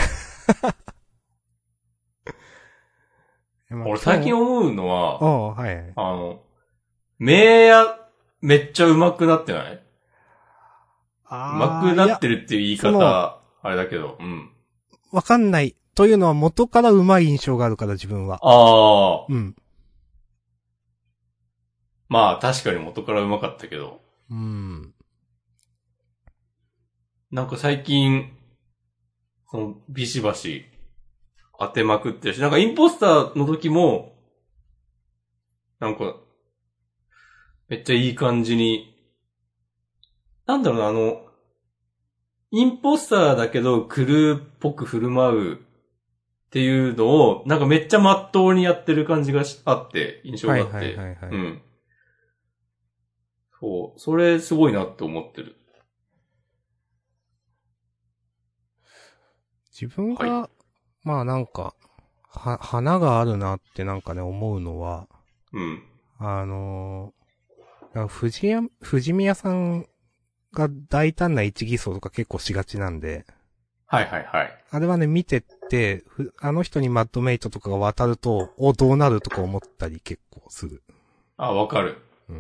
まあ俺最近思うのは、 おう、はいはい。 あの、名や、めっちゃ上手くなってない？上手ああ、いや、 くなってるっていう言いその、 方、あれだけど、うん。 わかんない。というのは元から上手い印象があるから自分は。 ああ。 うん。 まあ確かに元から上手かったけど、 うん。 なんか最近、その、ビシバシ当てまくってるし、なんかインポスターの時も、なんか、めっちゃいい感じに、なんだろうな、あの、インポスターだけどクルーっぽく振る舞うっていうのを、なんかめっちゃまっとうにやってる感じがしあって、印象はいはいがあって、 はいはい。 うん。そう、それすごいなって思ってる。 自分はい。 が、まあなんか、は、花があるなってなんかね思うのは、 うん。 あのー、なんか藤や、藤宮さんが大胆な一偽装とか結構しがちなんで、 はいはいはい。 あれはね見てって、ふあの人にマッドメイトとかが渡ると、お、どうなるとか思ったり結構する。 あ、わかる。 うん。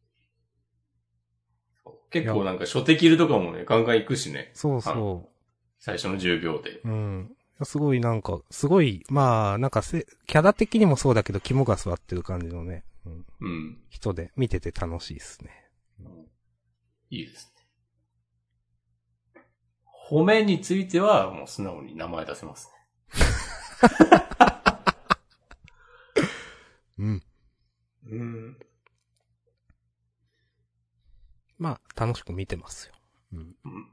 いや、 結構なんか初手切るとかもね、ガンガン行くしね。 そうあの、 そ最初のじゅうびょうで。 う。うん。すごいなんか、すごい、まあ、なんかせ、キャラ的にもそうだけど、肝が座ってる感じのね、うん、 うん。 人で見てて楽しいですね。 いいですね。褒めについてはもう素直に名前出せますうん。 ね。うん。 まあ、楽しく見てますよ。うん。 うん。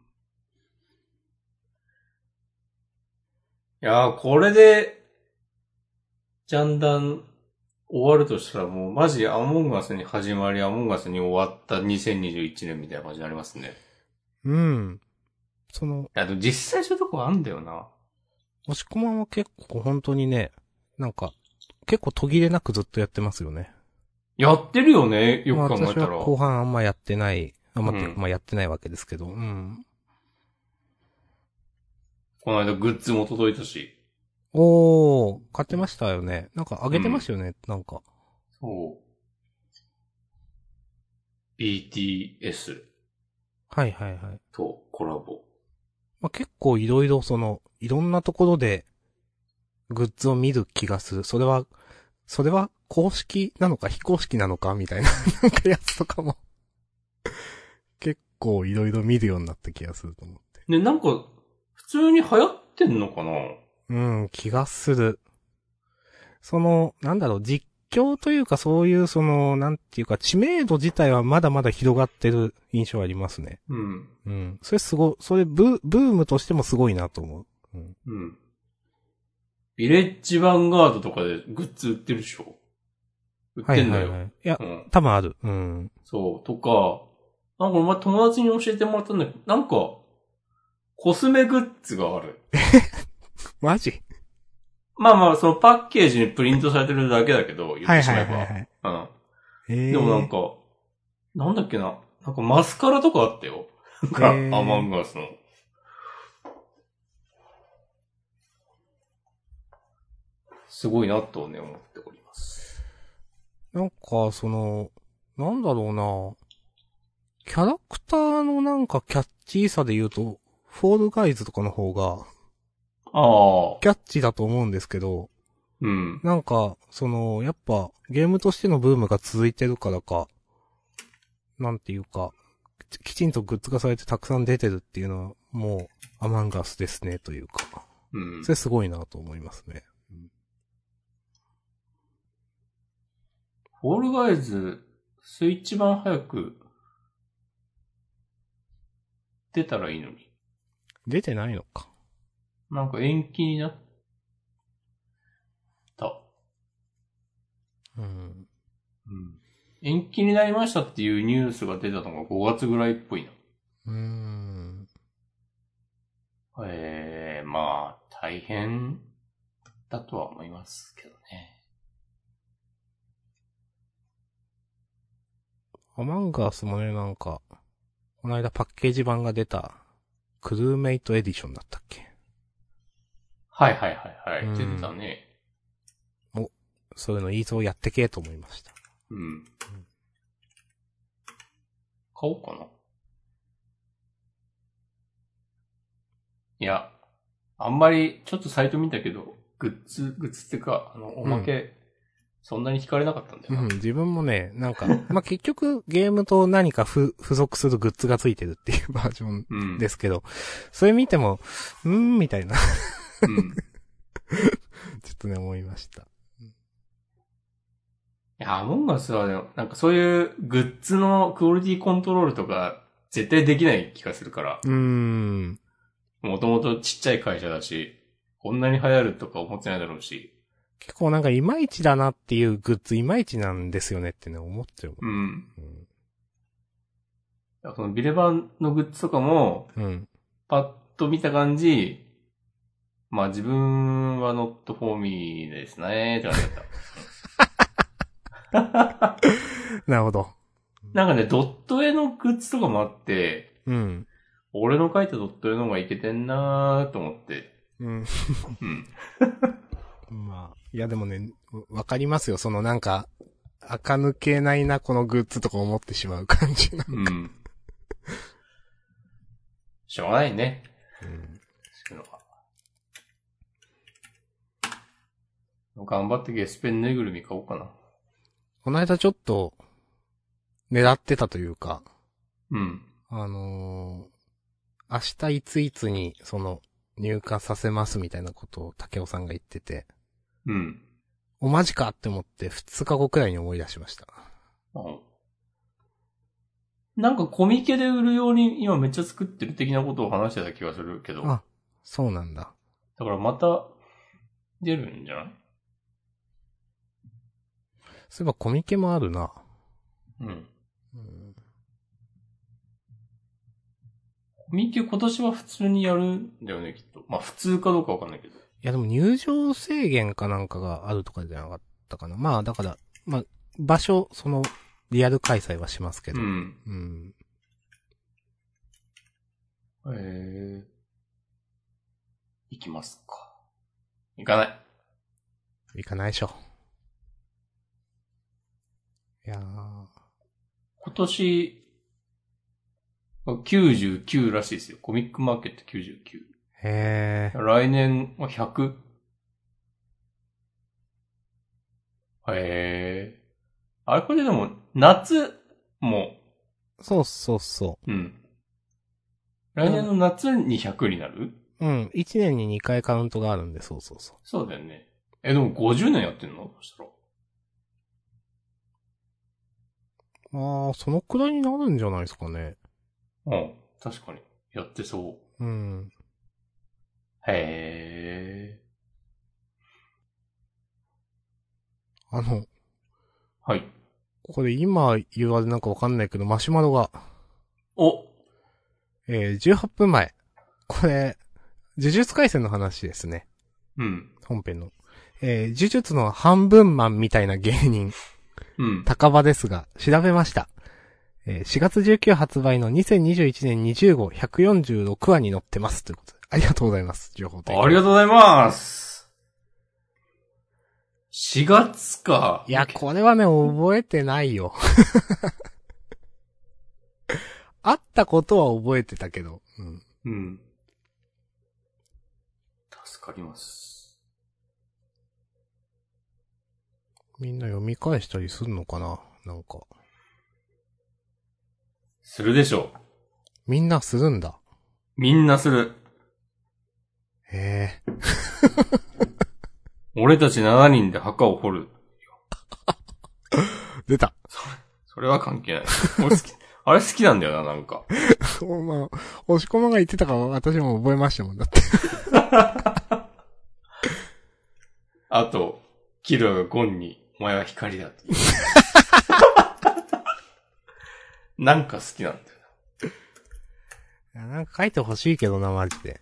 いやー、これで、ジャンダン終わるとしたらもうマジアモンガスに始まり、アモンガスに終わったにせんにじゅういちねんみたいな感じになりますね。 うん。その、 いや、でも実際そういうとこあんだよな。 押し込まんは結構本当にね、なんか、結構途切れなくずっとやってますよね。 やってるよね、よまあく考えたら。 私は後半あんまやってない、あんまっていうか、 うん。 まあやってないわけですけど、うん。 この間グッズも届いたし。 おー、買ってましたよね。なんかあげてまうん。 すよね、なんか。 そう。ビーティーエスはいはいはい。 とコラボ。 まあ結構いろいろその、いろんなところで、グッズを見る気がする。それは、それは公式なのか非公式なのかみたいな、なんかやつとかも結構いろいろ見るようになった気がすると思って。 ね、なんか、普通に流行ってんのかな？ うん、気がする。その、なんだろう、実況というかそういうその、なんていうか知名度自体はまだまだ広がってる印象ありますね。 うん。 うん。それすご、それブ、ブームとしてもすごいなと思う。うん。 うん。ビレッジヴァンガードとかでグッズ売ってるでしょ？売ってんだよ。 はいはいはい。いや、 うん。 多分ある。うん。 そう、とか、なんかお前友達に教えてもらったんだけど、なんか、コスメグッズがある。 マジ？ まあまあ、そのパッケージにプリントされてるだけだけど、言ってしまえば。 はいはいはいはい。 うん。 えー、 でもなんか、なんだっけな。なんかマスカラとかあったよ。なんか、 えー、 アマンガスの。すごいなとね、思っております。 なんか、その、なんだろうな。キャラクターのなんかキャッチーさで言うと、フォールガイズとかの方が、 ああ。 キャッチーだと思うんですけど、 うん。 なんか、その、やっぱ、ゲームとしてのブームが続いてるからか、なんていうか、きちんとグッズ化されてたくさん出てるっていうのは、もう、アマンガスですね、というか。 うん。 それすごいなと思いますね。 フォールガイズ、スイッチ版早く出たらいいのに。 出てないのか。 なんか延期になった。 うん。 うん。延期になりましたっていうニュースが出たのがごがつぐらいっぽいな。 うーん。 ええー、まあ、大変だとは思いますけどね。 アマンガスもね、なんか、この間パッケージ版が出た、クルーメイトエディションだったっけ？ はいはいはいはい。 うん出てたね。 お、そういうのいいぞやってけと思いました。 うん。買おうかな。いや、あんまり、ちょっとサイト見たけど、グッズ、グッズってか、あの、おまけ、うん、そんなに惹かれなかったんだよな。 うん、自分もね、なんか、まあ、結局、ゲームと何か付、付属するグッズがついてるっていうバージョンですけど、うん、それ見ても、うーん、みたいな。うん。ちょっとね、思いました。いや、アモンガスはね、なんかそういうグッズのクオリティコントロールとか、絶対できない気がするから。 うーん。 もともとちっちゃい会社だし、こんなに流行るとか思ってないだろうし。 結構なんかいまいちだなっていうグッズいまいちなんですよねってね、思っちゃう。 うん。うん、そのビレバンのグッズとかも、 うん。 パッと見た感じ、まあ自分は not for me ですねって感じだった。 なるほど。 なんかね、ドット絵のグッズとかもあって、 うん。 俺の描いたドット絵の方がいけてんなーと思って。 うん。 うん。 まあ、いやでもね、わかりますよ。そのなんか、垢抜けないな、このグッズとか思ってしまう感じなんか。うん。 しょうがないね。うん。そういうのは。頑張ってゲスペンぬいぐるみ買おうかな。 この間ちょっと、狙ってたというか。 うん。 あのー、明日いついつに、その、入荷させますみたいなことを竹尾さんが言ってて。 うん。 お、マジかって思ってふつかごくらいに思い出しました。 うん。なんかコミケで売るように今めっちゃ作ってる的なことを話してた気がするけど。 あ、そうなんだ。 だからまた出るんじゃない？ そういえばコミケもあるな。 うん。うん、コミケ今年は普通にやるんだよね、きっと。まあ普通かどうかわかんないけど。 いやでも入場制限かなんかがあるとかじゃなかったかな。まあだから、まあ、場所、その、リアル開催はしますけど。うん。うん。 へえ。行きますか。行かない。 行かないでしょ。いやー。 今年、きゅうじゅうきゅうらしいですよ。コミックマーケットきゅうじゅうきゅう。 へー。 来年はひゃく。へー。あれこれでも、夏も。 そうそうそう。 うん。来年の夏にひゃくになる？ うん。いちねんににかいカウントがあるんで、そうそうそう。 そうだよね。え、でもごじゅうねんやってんの？そしたら。 ああ、そのくらいになるんじゃないですかね。 うん。確かに。やってそう。 うん。 へー。あの。 はい。 これ今言われなんかわかんないけど、マシュマロが。 おえー、じゅうはっぷんまえ。これ、呪術廻戦の話ですね。 うん。 本編の。えー、呪術の半分マンみたいな芸人。 うん。 高場ですが、調べました。えー、しがつじゅうくにち発売のにせんにじゅういちねんにじゅうご、ひゃくよんじゅうろくわに載ってます。ということで。ありがとうございます。情報提供。 ありがとうございます。しがつか。 いや、これはね、覚えてないよ。あったことは覚えてたけど。うん。 うん。助かります。 みんな読み返したりするのかななんか。 するでしょう。 みんなするんだ。 みんなする。 へえ。 俺たちしちにんで墓を掘る。 出た。 それ、それは関係ない。俺好き、あれ好きなんだよな、なんか。 まあ、押し込まが言ってたから私も覚えましたもん、だって。 あと、キルアがゴンに、お前は光だと。なんか好きなんだよいやなんか書いてほしいけどな、マジで。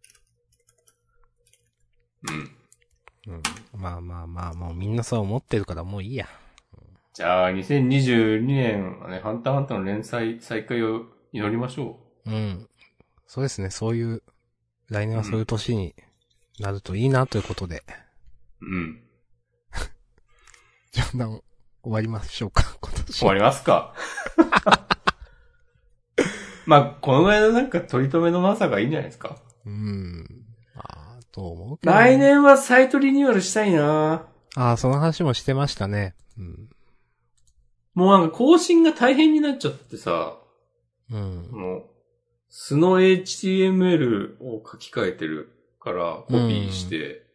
な。うん。 うん。まあまあまあ、もうみんなそう思ってるからもういいや。 じゃあ、にせんにじゅうにねんはね、ハンターハンターの連載再開を祈りましょう。うん。そうですね、そういう、来年はそういう年になるといいなということで。 う。うん。 じゃあ、終わりましょうか、今年。 終わりますか。まあ、このぐらいのなんか取り留めのなさがいいんじゃないですか。 うん。まあ、と思うけど、ね。 来年はサイトリニューアルしたいな。 ああ、その話もしてましたね。うん。 もうなんか更新が大変になっちゃってさ、 うん。 この、素の エイチティーエムエル を書き換えてるからコピーして、うん、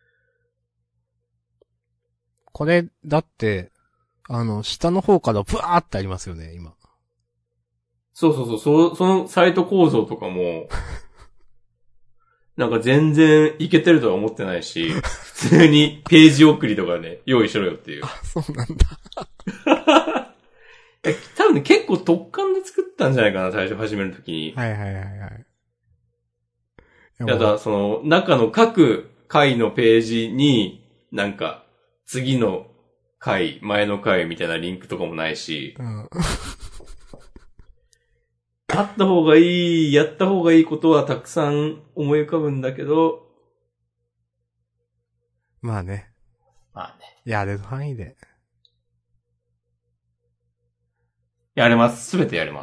これ、だって、あの、下の方からブワーってありますよね、今。 そうそうそう、そ, そのサイト構造とかも、なんか全然いけてるとは思ってないし、普通にページ送りとかね、用意しろよっていう。 あ、そうなんだ。 多分ね、結構特感で作ったんじゃないかな、最初始めるときに。 はいはいはいはい。 ただ、その、中の各回のページに、なんか、次の回、前の回みたいなリンクとかもないし、 うん、 あった方がいい、やった方がいいことはたくさん思い浮かぶんだけど、 まあね。 まあね。 やれる範囲で。 やれます。すべてやります。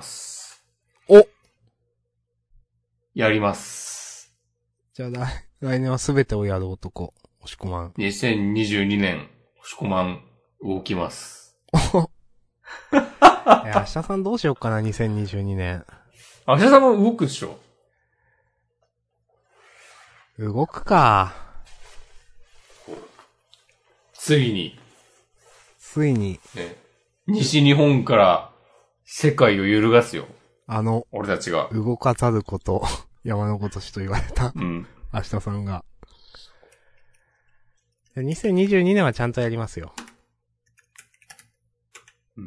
おやります。 じゃあ来、来年はすべてをやる男、押し込まん。 にせんにじゅうにねん、押し込まん、動きます。 おえ、明日さんどうしようかな、にせんにじゅうにねん。 明日さんも動くでしょ？ 動くか。 ついに。 ついに。 ね。西日本から世界を揺るがすよ。 あの、 俺たちが。 動かざること、山のことしと言われた。 うん。 明日さんが。にせんにじゅうにねんはちゃんとやりますよ。 うん。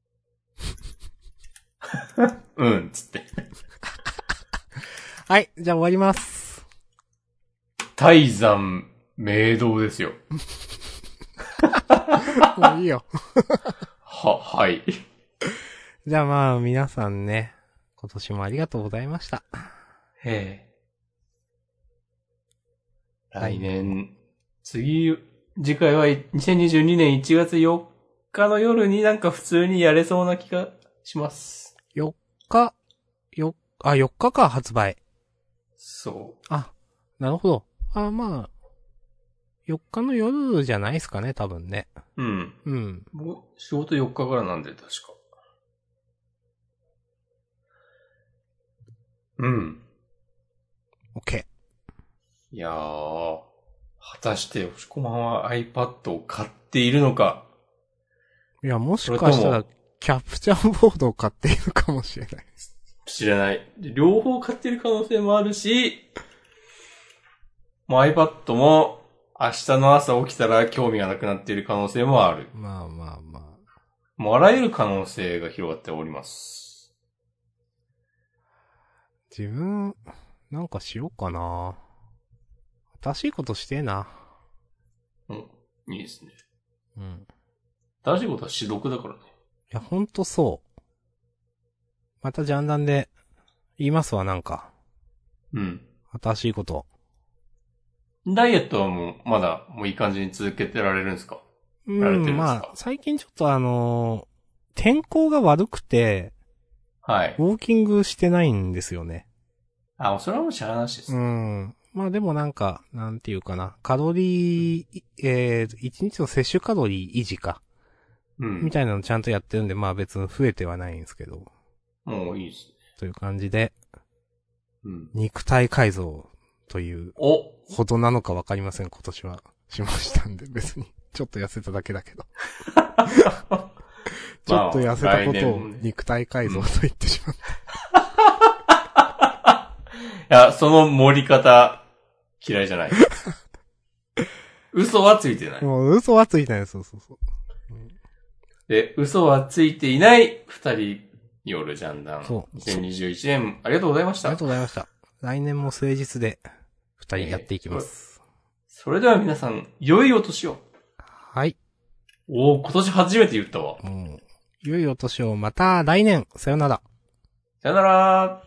うん、つって。 はい、じゃあ終わります。 泰山明堂ですよ。 もういいよ。 は、はい。 じゃあまあ皆さんね、今年もありがとうございました。 へえ。来年、次、次回はにせんにじゅうにねんいちがつよっかの夜になんか普通にやれそうな気がします。 よっか、よ、あ、よっかか発売。 そう。 あ、なるほど。あ、まあ、よっかの夜じゃないですかね、多分ね。 うん。 うん。 僕、仕事よっかからなんで、確か。うん。 OK。 いやー、果たして、押し込まんは iPad を買っているのか。 いや、もしかしたら、キャプチャーボードを買っているかもしれないです。 知らない。両方買ってる可能性もあるし、もう iPad も明日の朝起きたら興味がなくなっている可能性もある。 まあまあまあ。 もうあらゆる可能性が広がっております。 自分、なんかしようかな。 新しいことしてえな。 うん。いいですね。 うん。 新しいことはし読だからね。 いや、ほんとそう。またジャンダンで言いますわ、なんか。 うん。 新しいこと。 ダイエットはもう、まだ、もういい感じに続けてられるんですか？ うん、 やられてるんですまあか？、 最近ちょっとあのー天候が悪くて、 はい。 ウォーキングしてないんですよね。 あ、もうそれはもうしゃあなしですうね。 ん。まあでもなんか、なんていうかな。カロリー、えー、いちにちの摂取カロリー維持か。 うん。 みたいなのちゃんとやってるんで、まあ別に増えてはないんですけど。 もういいですね。 という感じで、 うん。 肉体改造というおほどなのかわかりません、今年は。しましたんで、別に。ちょっと痩せただけだけど。ちょっと痩せたことを肉体改造と言ってしまった。 いや、その盛り方、嫌いじゃない。嘘はついてない。 もう嘘はついてない、そうそうそう。 で、嘘はついていない二人によるジャンダン。 そう。 にせんにじゅういちねん、ありがとうございました。 ありがとうございました。来年も誠実で、二人やっていきます、 えー。それでは皆さん、良いお年を。 はい。 おー、今年初めて言ったわ。 もう、良いお年をまた来年。さよなら。 さよなら。